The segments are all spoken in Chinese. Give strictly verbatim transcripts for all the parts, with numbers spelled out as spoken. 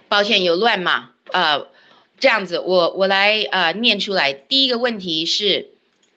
抱歉有乱码，呃，这样子我我来呃念出来。第一个问题是，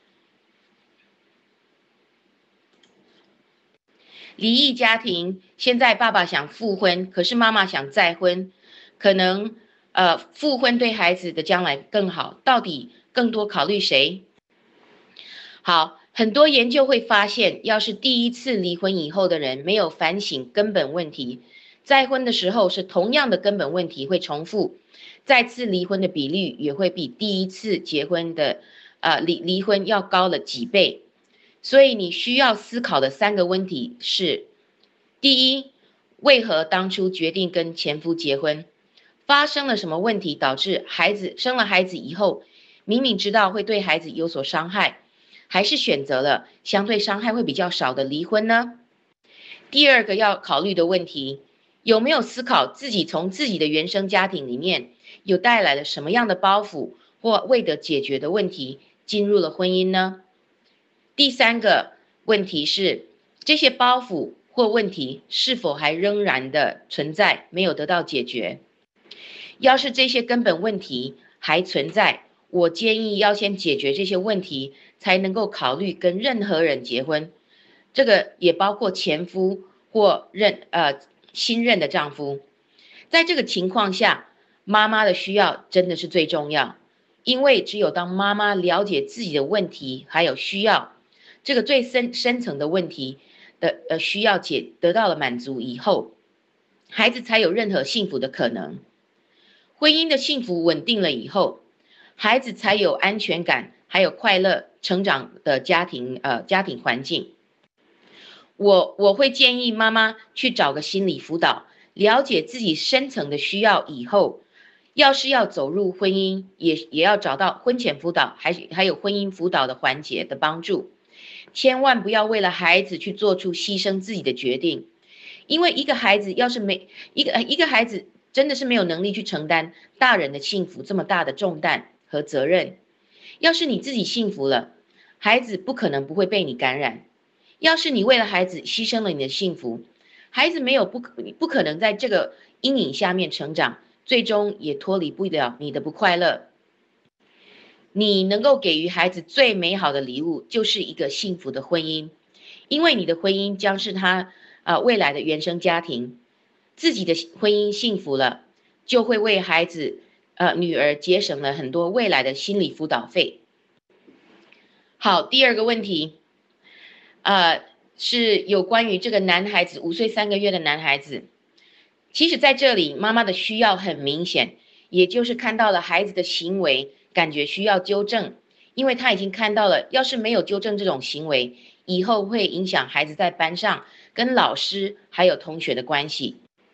离异家庭，现在爸爸想复婚，可是妈妈想再婚，可能呃复婚对孩子的将来更好，到底更多考虑谁？好，很多研究会发现，要是第一次离婚以后的人没有反省根本问题，再婚的时候是同样的根本问题会重复，再次离婚的比率也会比第一次结婚的呃离离婚要高了几倍。所以你需要思考的三个问题是：第一，为何当初决定跟前夫结婚？发生了什么问题导致孩子生了孩子以后，明明知道会对孩子有所伤害，还是选择了相对伤害会比较少的离婚呢？第二个要考虑的问题，有没有思考自己从自己的原生家庭里面有带来了什么样的包袱或未得解决的问题，进入了婚姻呢？第三个问题是，这些包袱或问题是否还仍然的存在，没有得到解决？要是这些根本问题还存在，我建议要先解决这些问题，才能够考虑跟任何人结婚。这个也包括前夫或任呃新任的丈夫。在这个情况下，妈妈的需要真的是最重要，因为只有当妈妈了解自己的问题还有需要，这个最深深层的问题的呃需要解得到了满足以后，孩子才有任何幸福的可能。婚姻的幸福稳定了以后，孩子才有安全感，还有快乐成长的家庭呃家庭环境。我我会建议妈妈去找个心理辅导，了解自己深层的需要以后，要是要走入婚姻，也也要找到婚前辅导，还还有婚姻辅导的环节的帮助。千万不要为了孩子去做出牺牲自己的决定，因为一个孩子要是没一个一个孩子真的是没有能力去承担大人的幸福这么大的重担和责任。要是你自己幸福了，孩子不可能不会被你感染。要是你为了孩子牺牲了你的幸福，孩子没有不可不可能在这个阴影下面成长，最终也脱离不了你的不快乐。你能够给予孩子最美好的礼物，就是一个幸福的婚姻，因为你的婚姻将是他啊、呃、未来的原生家庭。自己的婚姻幸福了，就会为孩子呃女儿节省了很多未来的心理辅导费。好，第二个问题，呃，是有关于这个男孩子，五岁三个月的男孩子。其实在这里，妈妈的需要很明显，也就是看到了孩子的行为，感觉需要纠正，因为他已经看到了，要是没有纠正这种行为，以后会影响孩子在班上跟老师还有同学的关系。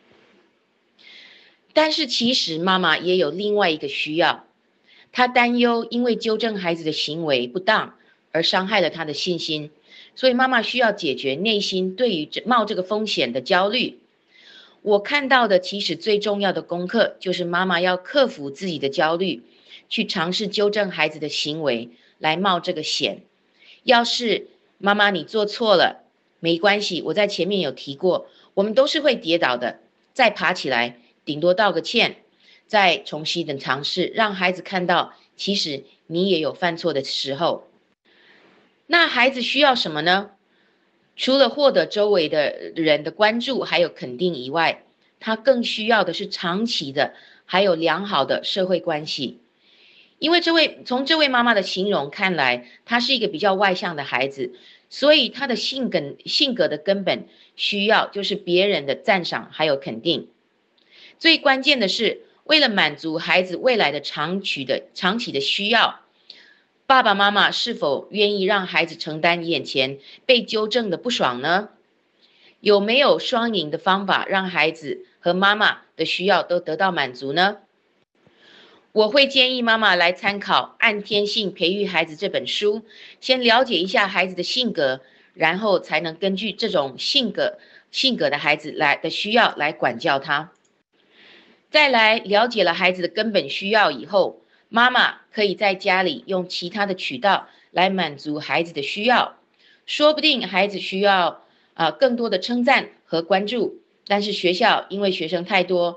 但是其实妈妈也有另外一个需要，她担忧因为纠正孩子的行为不当而伤害了他的信心，所以妈妈需要解决内心对于冒这个风险的焦虑。我看到的其实最重要的功课就是妈妈要克服自己的焦虑，去尝试纠正孩子的行为，来冒这个险。要是妈妈你做错了，没关系，我在前面有提过，我们都是会跌倒的，再爬起来，顶多道个歉，再重新的尝试，让孩子看到，其实你也有犯错的时候。那孩子需要什么呢？除了获得周围的人的关注还有肯定以外，他更需要的是长期的还有良好的社会关系。因为这位从这位妈妈的形容看来，他是一个比较外向的孩子，所以他的性格性格的根本需要就是别人的赞赏还有肯定。最关键的是，为了满足孩子未来的长期的长期的需要，爸爸妈妈是否愿意让孩子承担眼前被纠正的不爽呢？有没有双赢的方法，让孩子和妈妈的需要都得到满足呢？我会建议妈妈来参考《按天性培育孩子》这本书，先了解一下孩子的性格，然后才能根据这种性格性格的孩子来的需要来管教他。再来了解了孩子的根本需要以后，妈妈可以在家里用其他的渠道来满足孩子的需要。说不定孩子需要啊、呃、更多的称赞和关注，但是学校因为学生太多，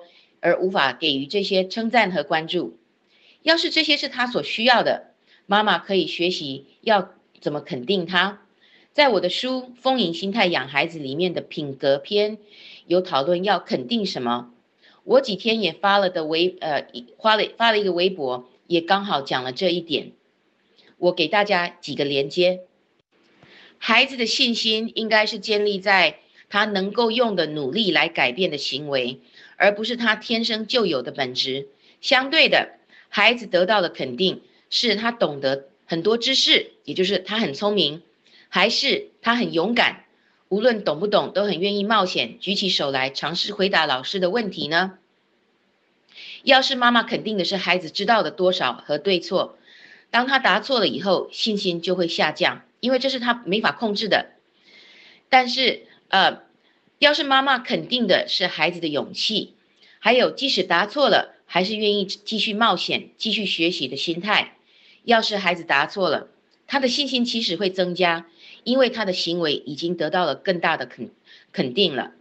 而无法给予这些称赞和关注。要是这些是他所需要的，妈妈可以学习要怎么肯定他。在我的书《丰盈心态养孩子》里面的品格篇有讨论要肯定什么。我几天也发了的微呃发了发了一个微博，也刚好讲了这一点。我给大家几个连接。孩子的信心应该是建立在他能够用的努力来改变的行为，而不是他天生就有的本质。相对的，孩子得到的肯定是他懂得很多知识，也就是他很聪明，还是他很勇敢，无论懂不懂都很愿意冒险，举起手来尝试回答老师的问题呢？要是妈妈肯定的是孩子知道的多少和对错，当他答错了以后，信心就会下降，因为这是他没法控制的。但是，呃，要是妈妈肯定的是孩子的勇气，还有即使答错了，还是愿意继续冒险、继续学习的心态。要是孩子答错了，他的信心其实会增加，因为他的行为已经得到了更大的肯肯定了。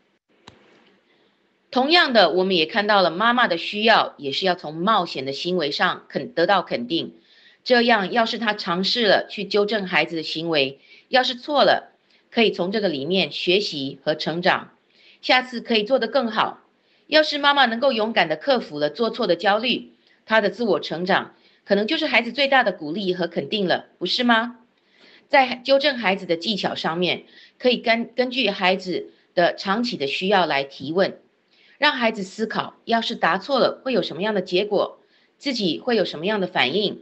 同样的，我们也看到了妈妈的需要，也是要从冒险的行为上肯得到肯定。这样，要是他尝试了去纠正孩子的行为，要是错了，可以从这个里面学习和成长，下次可以做得更好。要是妈妈能够勇敢地克服了做错的焦虑，她的自我成长可能就是孩子最大的鼓励和肯定了，不是吗？在纠正孩子的技巧上面，可以根根据孩子的长期的需要来提问。让孩子思考，要是答错了会有什么样的结果，自己会有什么样的反应，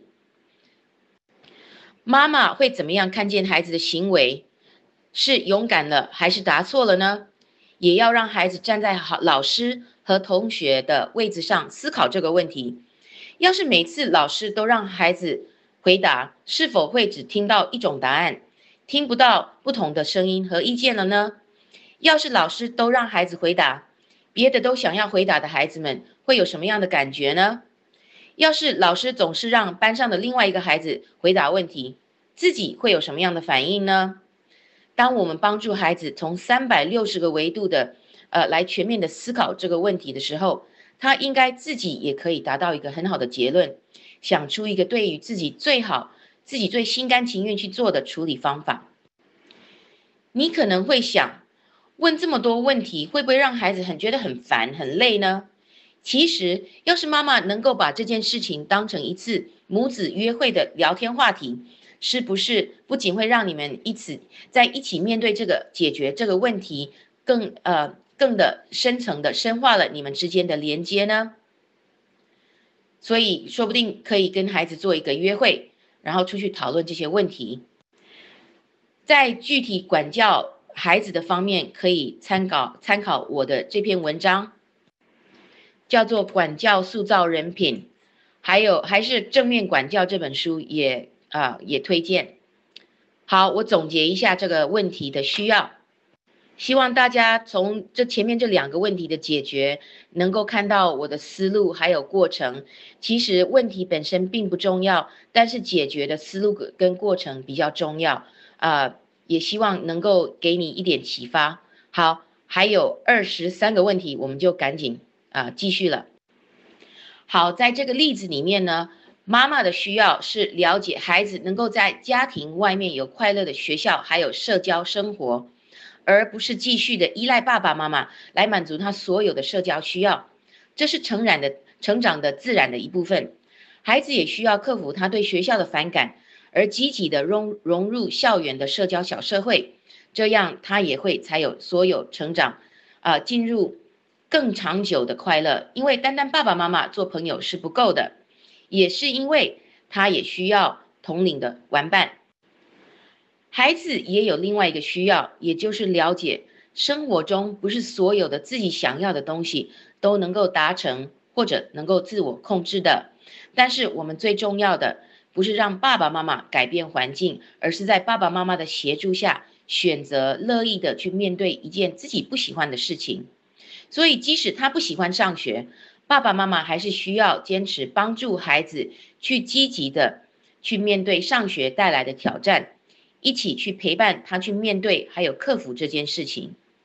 妈妈会怎么样看见孩子的行为，是勇敢了还是答错了呢？也要让孩子站在好老师和同学的位置上思考这个问题。要是每次老师都让孩子回答，是否会只听到一种答案，听不到不同的声音和意见了呢？要是老师都让孩子回答，别的都想要回答的孩子们会有什么样的感觉呢？要是老师总是让班上的另外一个孩子回答问题，自己会有什么样的反应呢？当我们帮助孩子从三百六十个维度的呃来全面的思考这个问题的时候，他应该自己也可以达到一个很好的结论，想出一个对于自己最好、自己最心甘情愿去做的处理方法。你可能会想，问这么多问题会不会让孩子很觉得很烦、很累呢？其实，要是妈妈能够把这件事情当成一次母子约会的聊天话题，是不是不仅会让你们一起在一起面对这个解决这个问题，更呃更的深层的深化了你们之间的连接呢？所以，说不定可以跟孩子做一个约会，然后出去讨论这些问题。在具体管教孩子的方面，可以参考参考我的这篇文章。叫做管教塑造人品，还有还是正面管教这本书也啊、呃、也推荐。好，我总结一下这个问题的需要，希望大家从这前面这两个问题的解决，能够看到我的思路还有过程。其实问题本身并不重要，但是解决的思路跟过程比较重要啊、呃，也希望能够给你一点启发。好，还有二十三个问题，我们就赶紧。啊，继续了。好，在这个例子里面呢，妈妈的需要是了解孩子能够在家庭外面有快乐的学校，还有社交生活，而不是继续的依赖爸爸妈妈来满足他所有的社交需要。这是成长的成长的自然的一部分。孩子也需要克服他对学校的反感，而积极的融融入校园的社交小社会，这样他也会才有所有成长，啊、呃，进入。更长久的快乐，因为单单爸爸妈妈做朋友是不够的，也是因为他也需要同龄的玩伴。孩子也有另外一个需要，也就是了解生活中不是所有的自己想要的东西都能够达成或者能够自我控制的。但是我们最重要的不是让爸爸妈妈改变环境，而是在爸爸妈妈的协助下，选择乐意的去面对一件自己不喜欢的事情。所以，即使他不喜欢上学，爸爸妈妈还是需要坚持帮助孩子去积极的去面对上学带来的挑战，一起去陪伴他去面对，还有克服这件事情。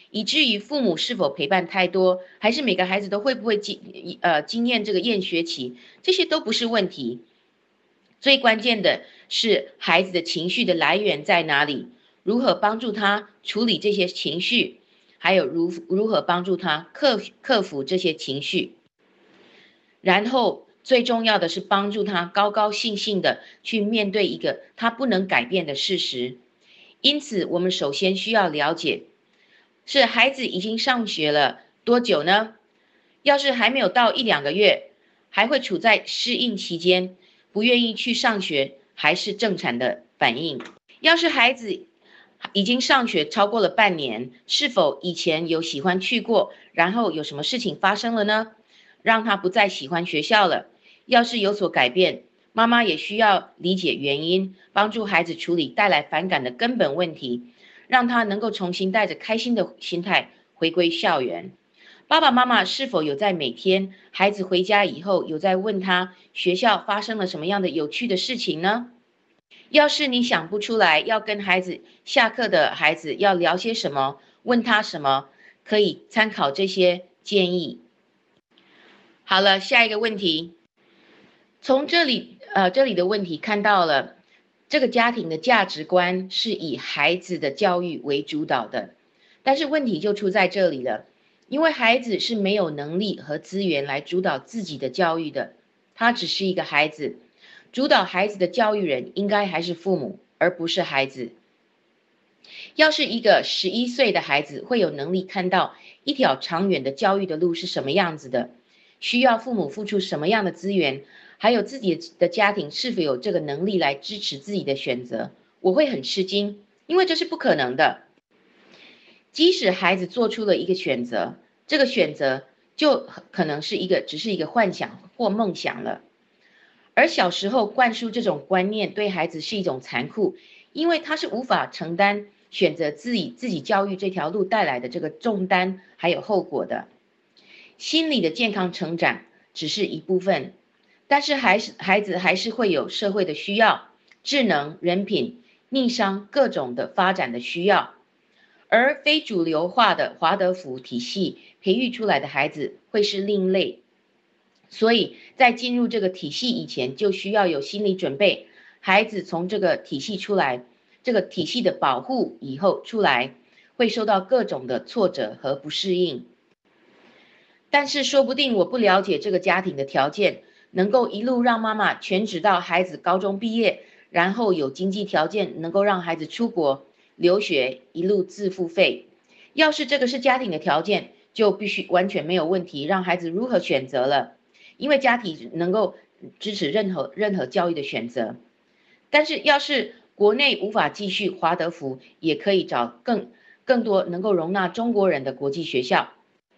以至于父母是否陪伴太多，还是每个孩子都会不会经呃经验这个厌学期，这些都不是问题。最关键的是孩子的情绪的来源在哪里，如何帮助他处理这些情绪，还有如如何帮助他克克服这些情绪。然后最重要的是帮助他高高兴兴的去面对一个他不能改变的事实。因此，我们首先需要了解，是孩子已经上学了多久呢？要是还没有到一两个月，还会处在适应期间，不愿意去上学，还是正常的反应。要是孩子已经上学超过了半年，是否以前有喜欢去过，然后有什么事情发生了呢？让他不再喜欢学校了。要是有所改变，妈妈也需要理解原因，帮助孩子处理带来反感的根本问题，让他能够重新带着开心的心态回归校园。爸爸妈妈是否有在每天孩子回家以后，有在问他学校发生了什么样的有趣的事情呢？要是你想不出来要跟孩子下课的孩子要聊些什么，问他什么，可以参考这些建议。好了，下一个问题。从这里呃这里的问题看到了，这个家庭的价值观是以孩子的教育为主导的，但是问题就出在这里了，因为孩子是没有能力和资源来主导自己的教育的，他只是一个孩子，主导孩子的教育人应该还是父母，而不是孩子。要是一个十一岁的孩子会有能力看到一条长远的教育的路是什么样子的，需要父母付出什么样的资源，还有自己的家庭是否有这个能力来支持自己的选择，我会很吃惊，因为这是不可能的。即使孩子做出了一个选择，这个选择就可能是一个只是一个幻想或梦想了。而小时候灌输这种观念对孩子是一种残酷，因为他是无法承担选择自己自己教育这条路带来的这个重担还有后果的。心理的健康成长只是一部分，但是还是孩子还是会有社会的需要、智能、人品、逆商各种的发展的需要。而非主流化的华德福体系培育出来的孩子会是另类，所以在进入这个体系以前，就需要有心理准备。孩子从这个体系出来，这个体系的保护以后出来，会受到各种的挫折和不适应。但是说不定我不了解这个家庭的条件，能够一路让妈妈全职到孩子高中毕业，然后有经济条件能够让孩子出国留学，一路自付费。要是这个是家庭的条件，就必须完全没有问题，让孩子如何选择了，因为家庭能够支持任何任何教育的选择。但是要是国内无法继续华德福，也可以找更更多能够容纳中国人的国际学校。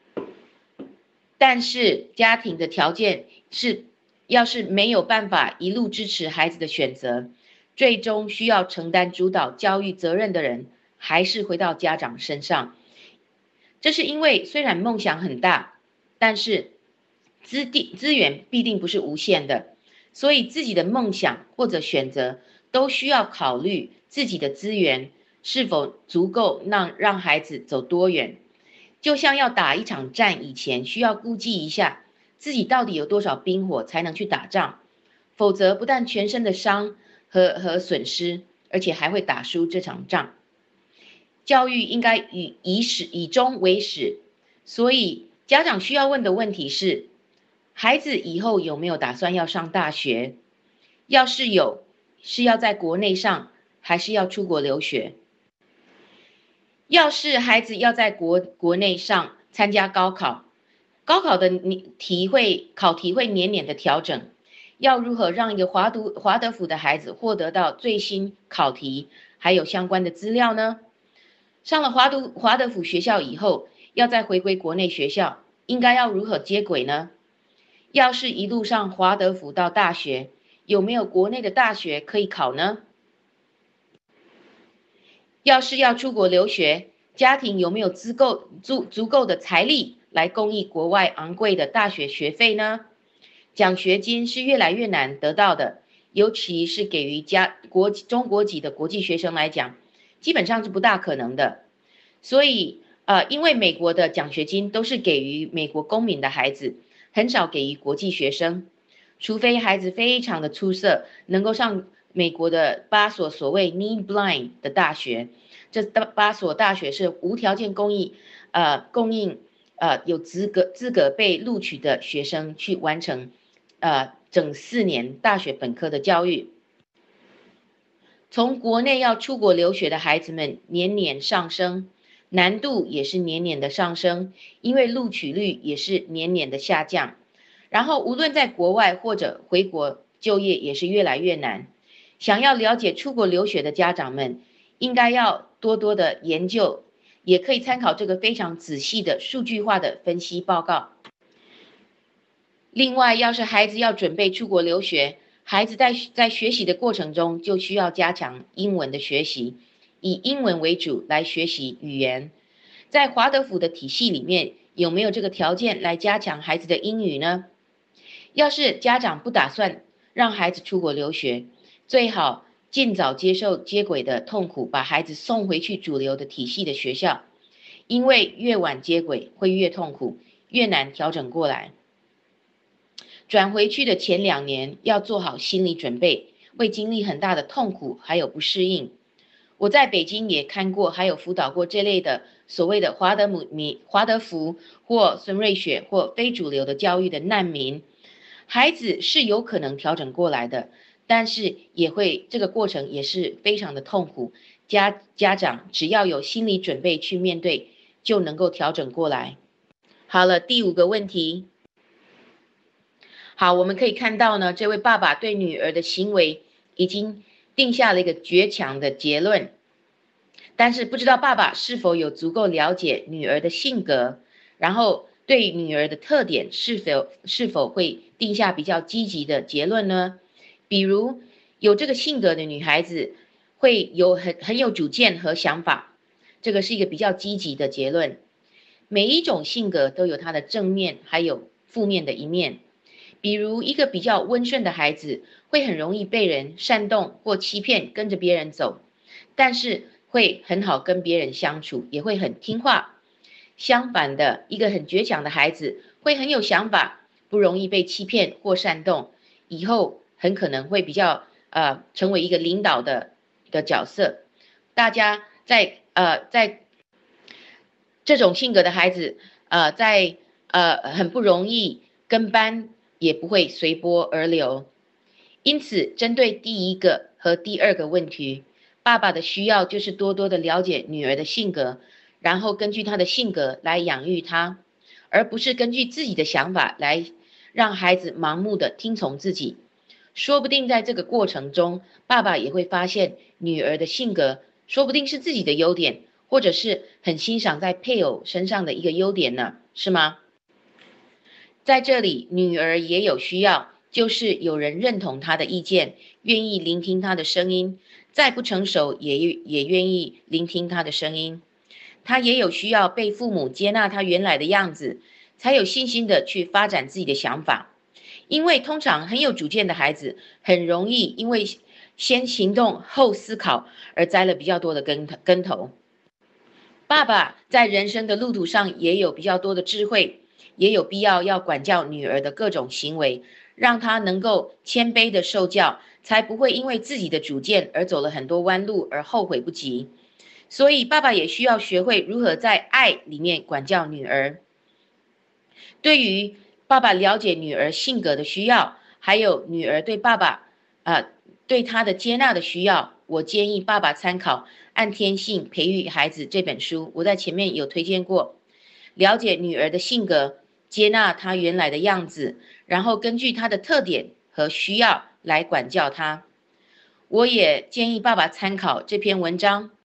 但是家庭的条件是，要是没有办法一路支持孩子的选择，最终需要承担主导教育责任的人，还是回到家长身上。这是因为虽然梦想很大，但是资地资源必定不是无限的，所以自己的梦想或者选择都需要考虑自己的资源是否足够让让孩子走多远。就像要打一场战以前，需要估计一下自己到底有多少兵火才能去打仗，否则不但全身的伤和和损失，而且还会打输这场仗。教育应该以以始以终为始，所以家长需要问的问题是：孩子以后有没有打算要上大学？要是有，是要在国内上，还是要出国留学？要是孩子要在国国内上参加高考，高考的题会考题会年年的调整，要如何让一个华读华德福的孩子获得到最新考题还有相关的资料呢？上了华读华德福学校以后，要再回归国内学校，应该要如何接轨呢？要是一路上华德福到大学，有没有国内的大学可以考呢？要是要出国留学，家庭有没有足够足足够的财力来供应国外昂贵的大学学费呢？奖学金是越来越难得到的，尤其是给予家国中国籍的国际学生来讲，基本上是不大可能的。所以， 呃，因为美国的奖学金都是给予美国公民的孩子，很少给予国际学生，除非孩子非常的出色，能够上美国的八所所谓 need blind 的大学。这八所大学是无条件供应，呃，供应呃有资格资格被录取的学生去完成，呃，整四年大学本科的教育。从国内要出国留学的孩子们年年上升。难度也是年年的上升，因为录取率也是年年的下降。然后无论在国外或者回国就业也是越来越难。想要了解出国留学的家长们，应该要多多的研究，也可以参考这个非常仔细的数据化的分析报告。另外，要是孩子要准备出国留学，孩子在在学习的过程中就需要加强英文的学习。以英文为主来学习语言，在华德福的体系里面有没有这个条件来加强孩子的英语呢？要是家长不打算让孩子出国留学，最好尽早接受接轨的痛苦，把孩子送回去主流的体系的学校，因为越晚接轨会越痛苦，越难调整过来。转回去的前两年要做好心理准备，会经历很大的痛苦还有不适应。我在北京也看过，还有辅导过这类的所谓的华德姆米、华德福或孙瑞雪或非主流的教育的难民，孩子是有可能调整过来的，但是也会这个过程也是非常的痛苦。家家长只要有心理准备去面对，就能够调整过来。好了，第五个问题。好，我们可以看到呢，这位爸爸对女儿的行为已经定下了一个绝强的结论，但是不知道爸爸是否有足够了解女儿的性格，然后对女儿的特点是否是否会定下比较积极的结论呢？比如有这个性格的女孩子会有很很有主见和想法，这个是一个比较积极的结论。每一种性格都有它的正面还有负面的一面。比如一个比较温顺的孩子，会很容易被人煽动或欺骗，跟着别人走，但是会很好跟别人相处，也会很听话。相反的，一个很倔强的孩子，会很有想法，不容易被欺骗或煽动，以后很可能会比较呃成为一个领导的的角色。大家在呃在这种性格的孩子，呃在呃很不容易跟班。也不会随波而流。因此，针对第一个和第二个问题，爸爸的需要就是多多的了解女儿的性格，然后根据她的性格来养育她，而不是根据自己的想法来让孩子盲目的听从自己。说不定在这个过程中，爸爸也会发现女儿的性格说不定是自己的优点，或者是很欣赏在配偶身上的一个优点呢，是吗？在这里，女儿也有需要，就是有人认同她的意见，愿意聆听她的声音，再不成熟也也愿意聆听她的声音。她也有需要被父母接纳她原来的样子，才有信心的去发展自己的想法。因为通常很有主见的孩子，很容易因为先行动后思考而栽了比较多的跟跟头。爸爸在人生的路途上也有比较多的智慧。也有必要要管教女儿的各种行为，让她能够谦卑的受教，才不会因为自己的主见而走了很多弯路而后悔不及。所以爸爸也需要学会如何在爱里面管教女儿。对于爸爸了解女儿性格的需要，还有女儿对爸爸呃对她的接纳的需要，我建议爸爸参考《按天性培育孩子》这本书，我在前面有推荐过。了解女儿的性格，接纳她原来的样子，然后根据她的特点和需要来管教她。我也建议爸爸参考这篇文章。